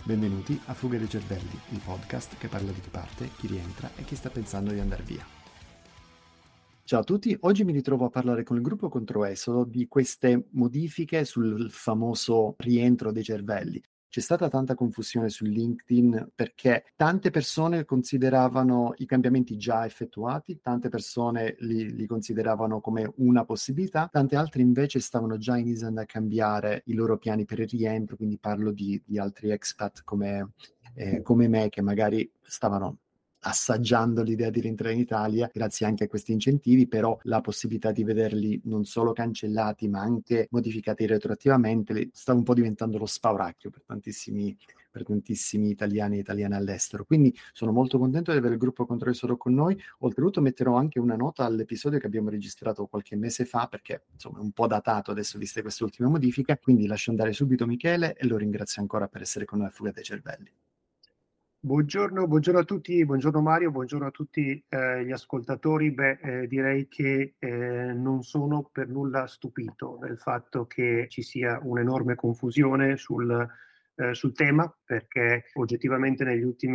Benvenuti a Fuga dei Cervelli, il podcast che parla di chi parte, chi rientra e chi sta pensando di andare via. Ciao a tutti, oggi mi ritrovo a parlare con il gruppo Controesodo di queste modifiche sul famoso rientro dei cervelli. C'è stata tanta confusione su LinkedIn perché tante persone consideravano i cambiamenti già effettuati, tante persone li consideravano come una possibilità, tante altre invece stavano già iniziando a cambiare i loro piani per il rientro, quindi parlo di altri expat come me che magari stavano assaggiando l'idea di rientrare in Italia grazie anche a questi incentivi, però la possibilità di vederli non solo cancellati ma anche modificati retroattivamente sta un po' diventando lo spauracchio per tantissimi italiani e italiane all'estero. Quindi sono molto contento di avere il gruppo Controesodo con noi. Oltretutto metterò anche una nota all'episodio che abbiamo registrato qualche mese fa perché insomma è un po' datato adesso viste queste ultime modifiche, quindi lascio andare subito Michele e lo ringrazio ancora per essere con noi a Fuga dei Cervelli. Buongiorno a tutti, buongiorno Mario, buongiorno a tutti gli ascoltatori. Direi che non sono per nulla stupito del fatto che ci sia un'enorme confusione sul tema, perché oggettivamente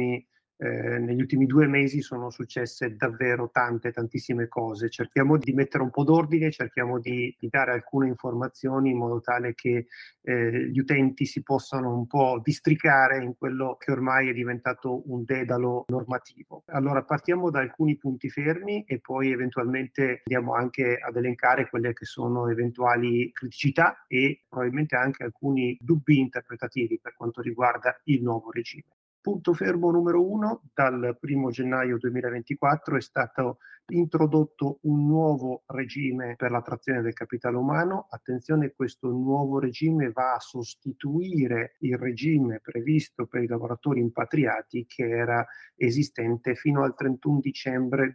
negli ultimi 2 mesi sono successe davvero tantissime cose. Cerchiamo di mettere un po' d'ordine, cerchiamo di dare alcune informazioni in modo tale che gli utenti si possano un po' districare in quello che ormai è diventato un dedalo normativo. Allora partiamo da alcuni punti fermi e poi eventualmente andiamo anche ad elencare quelle che sono eventuali criticità e probabilmente anche alcuni dubbi interpretativi per quanto riguarda il nuovo regime. Punto fermo numero 1: dal 1° gennaio 2024 è stato introdotto un nuovo regime per l'attrazione del capitale umano. Attenzione, questo nuovo regime va a sostituire il regime previsto per i lavoratori impatriati che era esistente fino al 31 dicembre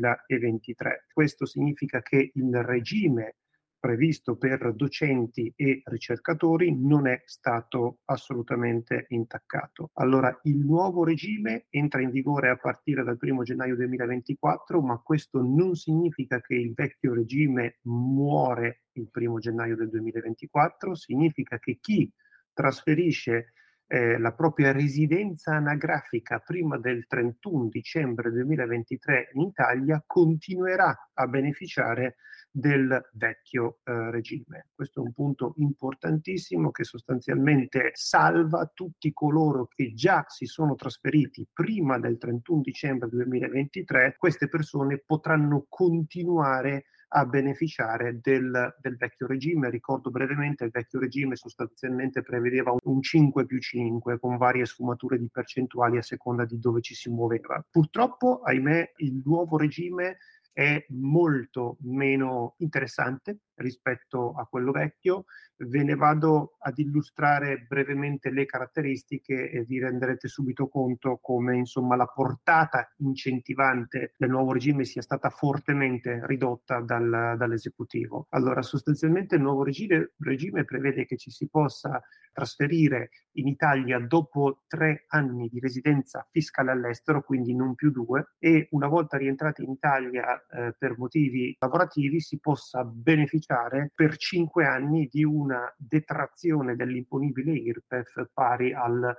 2023. Questo significa che il regime previsto per docenti e ricercatori non è stato assolutamente intaccato. Allora, il nuovo regime entra in vigore a partire dal 1° gennaio 2024, ma questo non significa che il vecchio regime muore il 1° gennaio del 2024, significa che chi trasferisce la propria residenza anagrafica prima del 31 dicembre 2023 in Italia continuerà a beneficiare del vecchio regime. Questo è un punto importantissimo che sostanzialmente salva tutti coloro che già si sono trasferiti prima del 31 dicembre 2023. Queste persone potranno continuare a beneficiare del vecchio regime. Ricordo brevemente, il vecchio regime sostanzialmente prevedeva un 5+5 con varie sfumature di percentuali a seconda di dove ci si muoveva. Purtroppo, ahimè, il nuovo regime è molto meno interessante rispetto a quello vecchio. Ve ne vado ad illustrare brevemente le caratteristiche e vi renderete subito conto come insomma la portata incentivante del nuovo regime sia stata fortemente ridotta dall'esecutivo. Allora, sostanzialmente il nuovo regime prevede che ci si possa trasferire in Italia dopo 3 anni di residenza fiscale all'estero, quindi non più 2, e una volta rientrati in Italia per motivi lavorativi si possa beneficiare per 5 anni di una detrazione dell'imponibile IRPEF pari al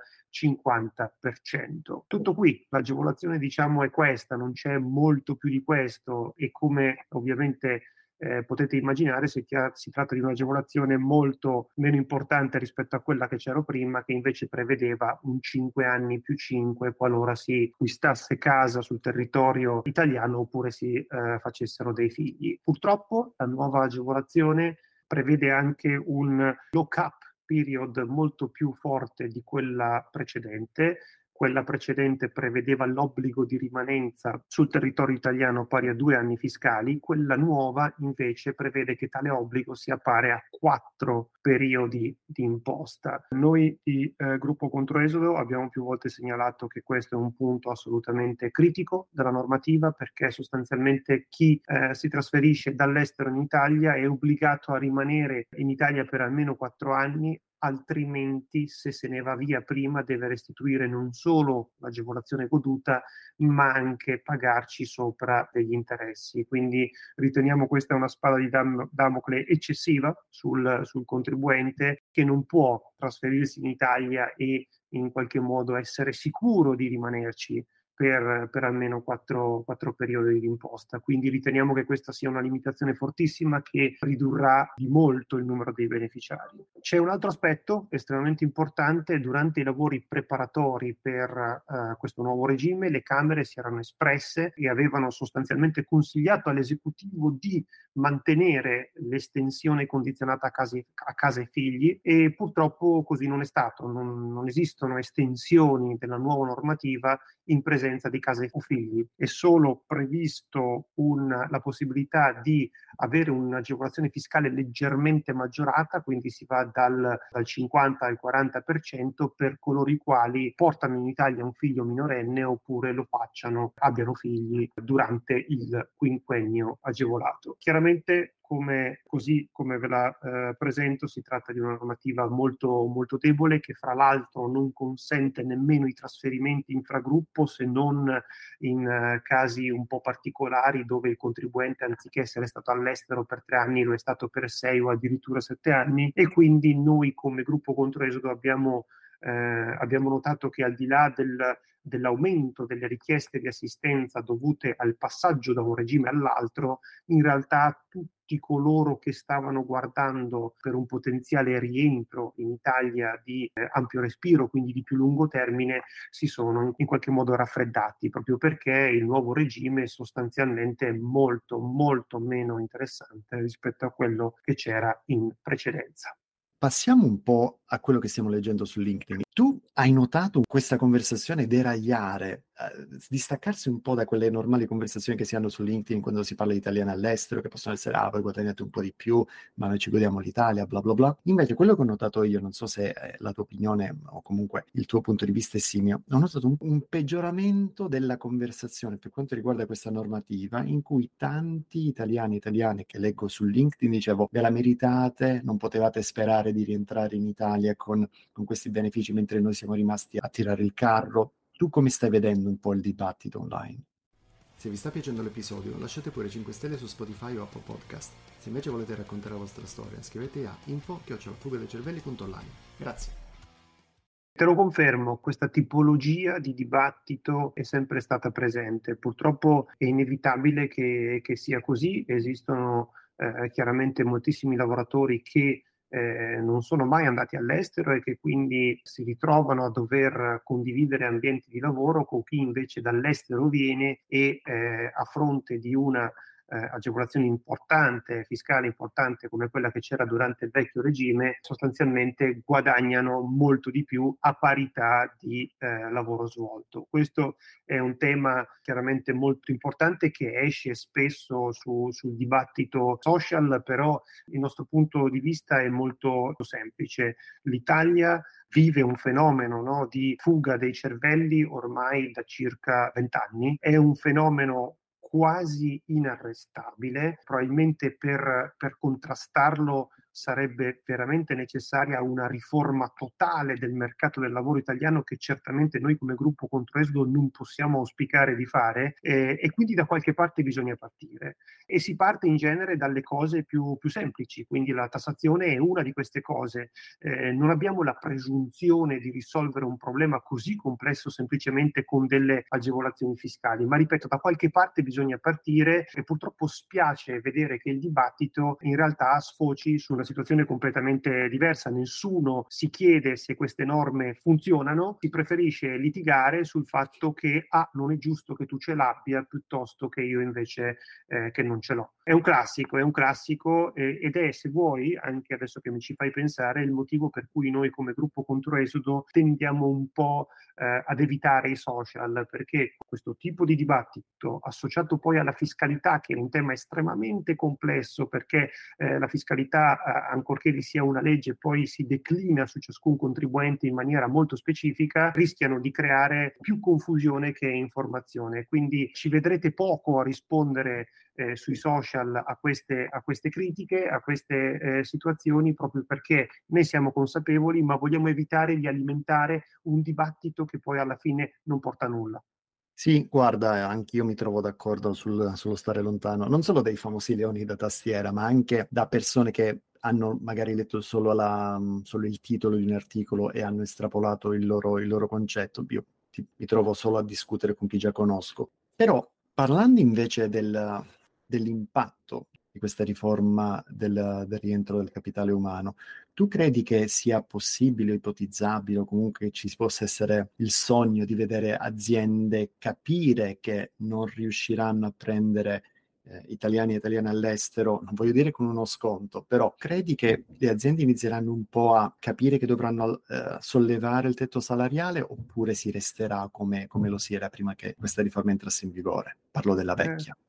50%. Tutto qui, l'agevolazione diciamo è questa, non c'è molto più di questo e come ovviamente potete immaginare si tratta di un'agevolazione molto meno importante rispetto a quella che c'era prima, che invece prevedeva un 5 anni più 5 qualora si acquistasse casa sul territorio italiano oppure si facessero dei figli. Purtroppo la nuova agevolazione prevede anche un lock-up period molto più forte di quella precedente. Quella precedente prevedeva l'obbligo di rimanenza sul territorio italiano pari a 2 anni fiscali, quella nuova invece prevede che tale obbligo sia pari a 4 periodi di imposta. Noi di Gruppo Controesodo abbiamo più volte segnalato che questo è un punto assolutamente critico della normativa, perché sostanzialmente chi si trasferisce dall'estero in Italia è obbligato a rimanere in Italia per almeno 4 anni, altrimenti se se ne va via prima deve restituire non solo l'agevolazione goduta ma anche pagarci sopra degli interessi. Quindi riteniamo questa una spada di Damocle eccessiva sul contribuente, che non può trasferirsi in Italia e in qualche modo essere sicuro di rimanerci per almeno quattro periodi di imposta. Quindi riteniamo che questa sia una limitazione fortissima che ridurrà di molto il numero dei beneficiari. C'è un altro aspetto estremamente importante: durante i lavori preparatori per questo nuovo regime, le Camere si erano espresse e avevano sostanzialmente consigliato all'esecutivo di mantenere l'estensione condizionata a casa e figli, e purtroppo così non è stato. Non esistono estensioni della nuova normativa in presenza di case o figli. È solo previsto la possibilità di avere un'agevolazione fiscale leggermente maggiorata, quindi si va dal 50 al 40% per coloro i quali portano in Italia un figlio minorenne oppure abbiano figli durante il quinquennio agevolato. Chiaramente, così come ve la presento, si tratta di una normativa molto, molto debole, che fra l'altro non consente nemmeno i trasferimenti infragruppo, se non in casi un po' particolari, dove il contribuente, anziché essere stato all'estero per 3 anni, lo è stato per 6 o addirittura 7 anni. E quindi noi come gruppo contro Esodo abbiamo notato che, al di là dell'aumento delle richieste di assistenza dovute al passaggio da un regime all'altro, in realtà tutti coloro che stavano guardando per un potenziale rientro in Italia di ampio respiro, quindi di più lungo termine, si sono in qualche modo raffreddati, proprio perché il nuovo regime è sostanzialmente molto, molto meno interessante rispetto a quello che c'era in precedenza. Passiamo un po' a quello che stiamo leggendo su LinkedIn. Tu hai notato questa conversazione deragliare, distaccarsi un po' da quelle normali conversazioni che si hanno su LinkedIn quando si parla di italiani all'estero, che possono essere, voi guadagnate un po' di più, ma noi ci godiamo l'Italia, bla bla bla. Invece quello che ho notato io, non so se la tua opinione o comunque il tuo punto di vista è simile, ho notato un peggioramento della conversazione per quanto riguarda questa normativa, in cui tanti italiani e italiane che leggo su LinkedIn dicevo: ve la meritate, non potevate sperare di rientrare in Italia con questi benefici mentre noi siamo rimasti a tirare il carro. Tu come stai vedendo un po' il dibattito online? Se vi sta piacendo l'episodio, lasciate pure 5 stelle su Spotify o Apple Podcast. Se invece volete raccontare la vostra storia, scrivete a info@fugadecervelli.online. Grazie. Te lo confermo, questa tipologia di dibattito è sempre stata presente. Purtroppo è inevitabile che sia così. Esistono chiaramente moltissimi lavoratori che non sono mai andati all'estero e che quindi si ritrovano a dover condividere ambienti di lavoro con chi invece dall'estero viene e a fronte di una agevolazione importante, fiscale importante, come quella che c'era durante il vecchio regime, sostanzialmente guadagnano molto di più a parità di lavoro svolto. Questo è un tema chiaramente molto importante, che esce spesso sul dibattito social, però il nostro punto di vista è molto semplice. L'Italia vive un fenomeno, no, di fuga dei cervelli ormai da circa 20 anni. È un fenomeno quasi inarrestabile. Probabilmente per contrastarlo sarebbe veramente necessaria una riforma totale del mercato del lavoro italiano, che certamente noi come gruppo contro Esodo non possiamo auspicare di fare, e quindi da qualche parte bisogna partire. E si parte in genere dalle cose più semplici, quindi la tassazione è una di queste cose. Non abbiamo la presunzione di risolvere un problema così complesso semplicemente con delle agevolazioni fiscali, ma ripeto, da qualche parte bisogna partire, e purtroppo spiace vedere che il dibattito in realtà sfoci su una situazione completamente diversa. Nessuno si chiede se queste norme funzionano, si preferisce litigare sul fatto che non è giusto che tu ce l'abbia, piuttosto che io invece che non ce l'ho. È un classico ed è, se vuoi, anche adesso che mi ci fai pensare, il motivo per cui noi come gruppo contro Esodo tendiamo un po' ad evitare i social, perché questo tipo di dibattito, associato poi alla fiscalità, che è un tema estremamente complesso, perché la fiscalità, ancorché vi sia una legge, poi si declina su ciascun contribuente in maniera molto specifica, rischiano di creare più confusione che informazione. Quindi ci vedrete poco a rispondere sui social a queste critiche, a queste situazioni, proprio perché ne siamo consapevoli, ma vogliamo evitare di alimentare un dibattito che poi alla fine non porta a nulla. Sì, guarda, anch'io mi trovo d'accordo sullo stare lontano, non solo dai famosi leoni da tastiera, ma anche da persone che hanno magari letto solo il titolo di un articolo e hanno estrapolato il loro concetto. Io mi trovo solo a discutere con chi già conosco. Però parlando invece dell'impatto di questa riforma del rientro del capitale umano, tu credi che sia possibile, ipotizzabile o comunque che ci possa essere il sogno di vedere aziende capire che non riusciranno a prendere italiani e italiane all'estero, non voglio dire con uno sconto, però credi che le aziende inizieranno un po' a capire che dovranno sollevare il tetto salariale oppure si resterà come lo si era prima che questa riforma entrasse in vigore? Parlo della Eh, vecchia.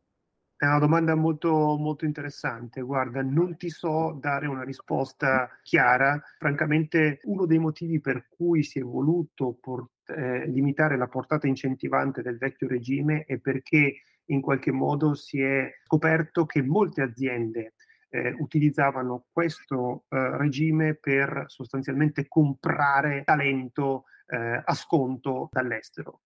È una domanda molto, molto interessante. Guarda, non ti so dare una risposta chiara. Francamente, uno dei motivi per cui si è voluto limitare la portata incentivante del vecchio regime è perché in qualche modo si è scoperto che molte aziende utilizzavano questo regime per sostanzialmente comprare talento a sconto dall'estero.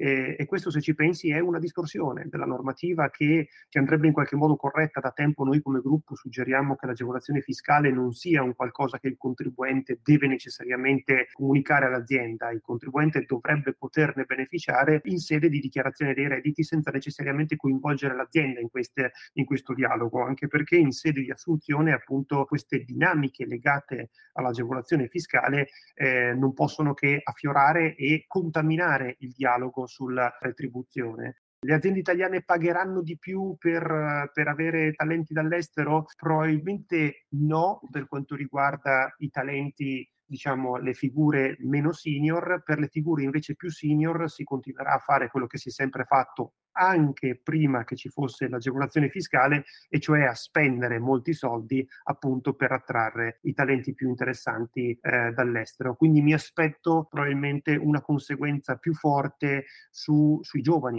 E questo, se ci pensi, è una distorsione della normativa che andrebbe in qualche modo corretta. Da tempo noi come gruppo suggeriamo che l'agevolazione fiscale non sia un qualcosa che il contribuente deve necessariamente comunicare all'azienda. Il contribuente dovrebbe poterne beneficiare in sede di dichiarazione dei redditi senza necessariamente coinvolgere l'azienda in questo dialogo, anche perché in sede di assunzione appunto queste dinamiche legate all'agevolazione fiscale non possono che affiorare e contaminare il dialogo sulla retribuzione. Le aziende italiane pagheranno di più per avere talenti dall'estero? Probabilmente no, per quanto riguarda i talenti, diciamo, le figure meno senior. Per le figure invece più senior si continuerà a fare quello che si è sempre fatto anche prima che ci fosse l'agevolazione fiscale, e cioè a spendere molti soldi appunto per attrarre i talenti più interessanti dall'estero. Quindi mi aspetto probabilmente una conseguenza più forte sui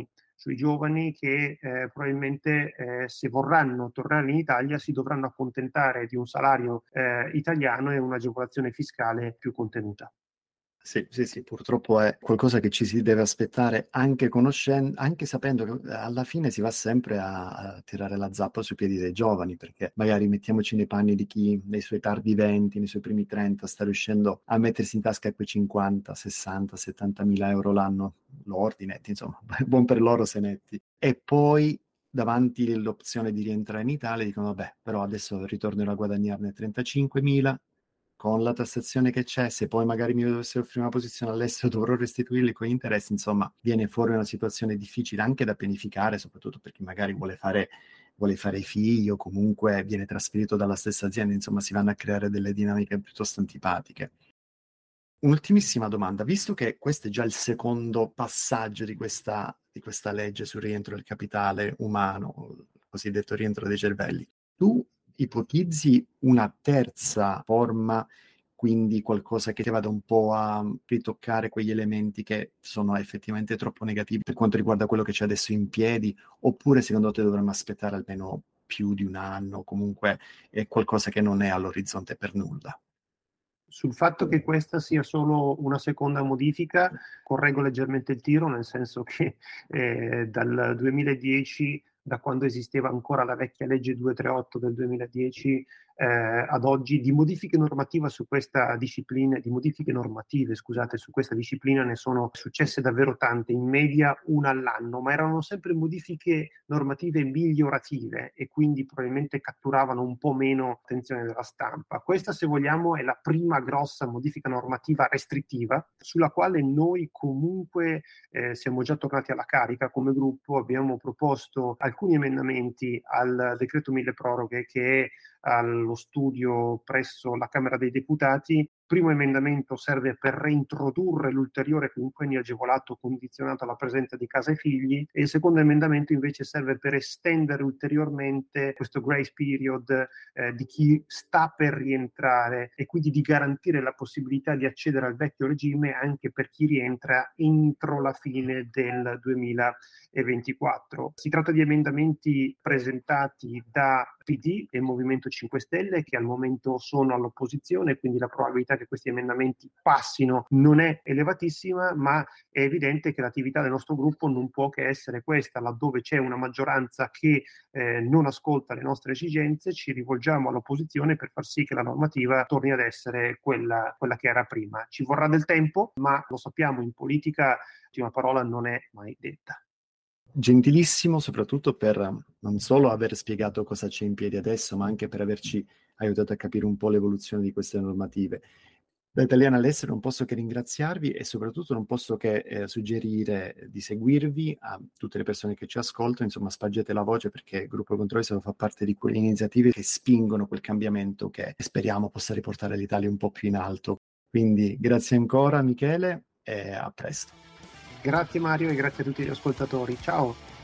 giovani che probabilmente se vorranno tornare in Italia si dovranno accontentare di un salario italiano e un'agevolazione fiscale più contenuta. Sì, sì, sì, purtroppo è qualcosa che ci si deve aspettare anche conoscendo, anche sapendo che alla fine si va sempre a tirare la zappa sui piedi dei giovani, perché magari mettiamoci nei panni di chi nei suoi tardi 20, nei suoi primi 30 sta riuscendo a mettersi in tasca quei 50, 60, 70 mila euro l'anno, lordi netti, insomma, buon per loro se netti. E poi davanti l'opzione di rientrare in Italia dicono, vabbè, però adesso ritornerò a guadagnarne 35.000 con la tassazione che c'è, se poi magari mi dovessero offrire una posizione all'estero dovrò restituirli con gli interessi, insomma, viene fuori una situazione difficile anche da pianificare, soprattutto per chi magari vuole fare figli o comunque viene trasferito dalla stessa azienda, insomma, si vanno a creare delle dinamiche piuttosto antipatiche. Un'ultimissima domanda, visto che questo è già il secondo passaggio di questa legge sul rientro del capitale umano, il cosiddetto rientro dei cervelli, tu ipotizzi una terza forma, quindi qualcosa che ti vada un po' a ritoccare quegli elementi che sono effettivamente troppo negativi per quanto riguarda quello che c'è adesso in piedi, oppure secondo te dovremmo aspettare almeno più di un anno, comunque è qualcosa che non è all'orizzonte per nulla? Sul fatto che questa sia solo una seconda modifica, correggo leggermente il tiro, nel senso che dal 2010, da quando esisteva ancora la vecchia legge 238 del 2010, ad oggi di modifiche normative su questa disciplina, di modifiche normative, scusate, su questa disciplina ne sono successe davvero tante, in media una all'anno, ma erano sempre modifiche normative migliorative e quindi probabilmente catturavano un po' meno attenzione della stampa. Questa, se vogliamo, è la prima grossa modifica normativa restrittiva sulla quale noi comunque siamo già tornati alla carica come gruppo. Abbiamo proposto alcuni emendamenti al decreto mille proroghe che è allo studio presso la Camera dei Deputati. Il primo emendamento serve per reintrodurre l'ulteriore quinquennio agevolato condizionato alla presenza di casa e figli, e il secondo emendamento invece serve per estendere ulteriormente questo grace period di chi sta per rientrare e quindi di garantire la possibilità di accedere al vecchio regime anche per chi rientra entro la fine del 2024. Si tratta di emendamenti presentati da PD e Movimento 5 Stelle, che al momento sono all'opposizione, quindi la probabilità che questi emendamenti passino non è elevatissima, ma è evidente che l'attività del nostro gruppo non può che essere questa: laddove c'è una maggioranza che non ascolta le nostre esigenze, ci rivolgiamo all'opposizione per far sì che la normativa torni ad essere quella che era prima. Ci vorrà del tempo, ma lo sappiamo, in politica l'ultima parola non è mai detta. Gentilissimo, soprattutto per non solo aver spiegato cosa c'è in piedi adesso, ma anche per averci aiutato a capire un po' l'evoluzione di queste normative. Da italiana all'estero non posso che ringraziarvi e soprattutto non posso che suggerire di seguirvi a tutte le persone che ci ascoltano. Insomma, spargete la voce, perché il Gruppo Controverso fa parte di quelle iniziative che spingono quel cambiamento che speriamo possa riportare l'Italia un po' più in alto. Quindi grazie ancora Michele e a presto. Grazie Mario e grazie a tutti gli ascoltatori. Ciao!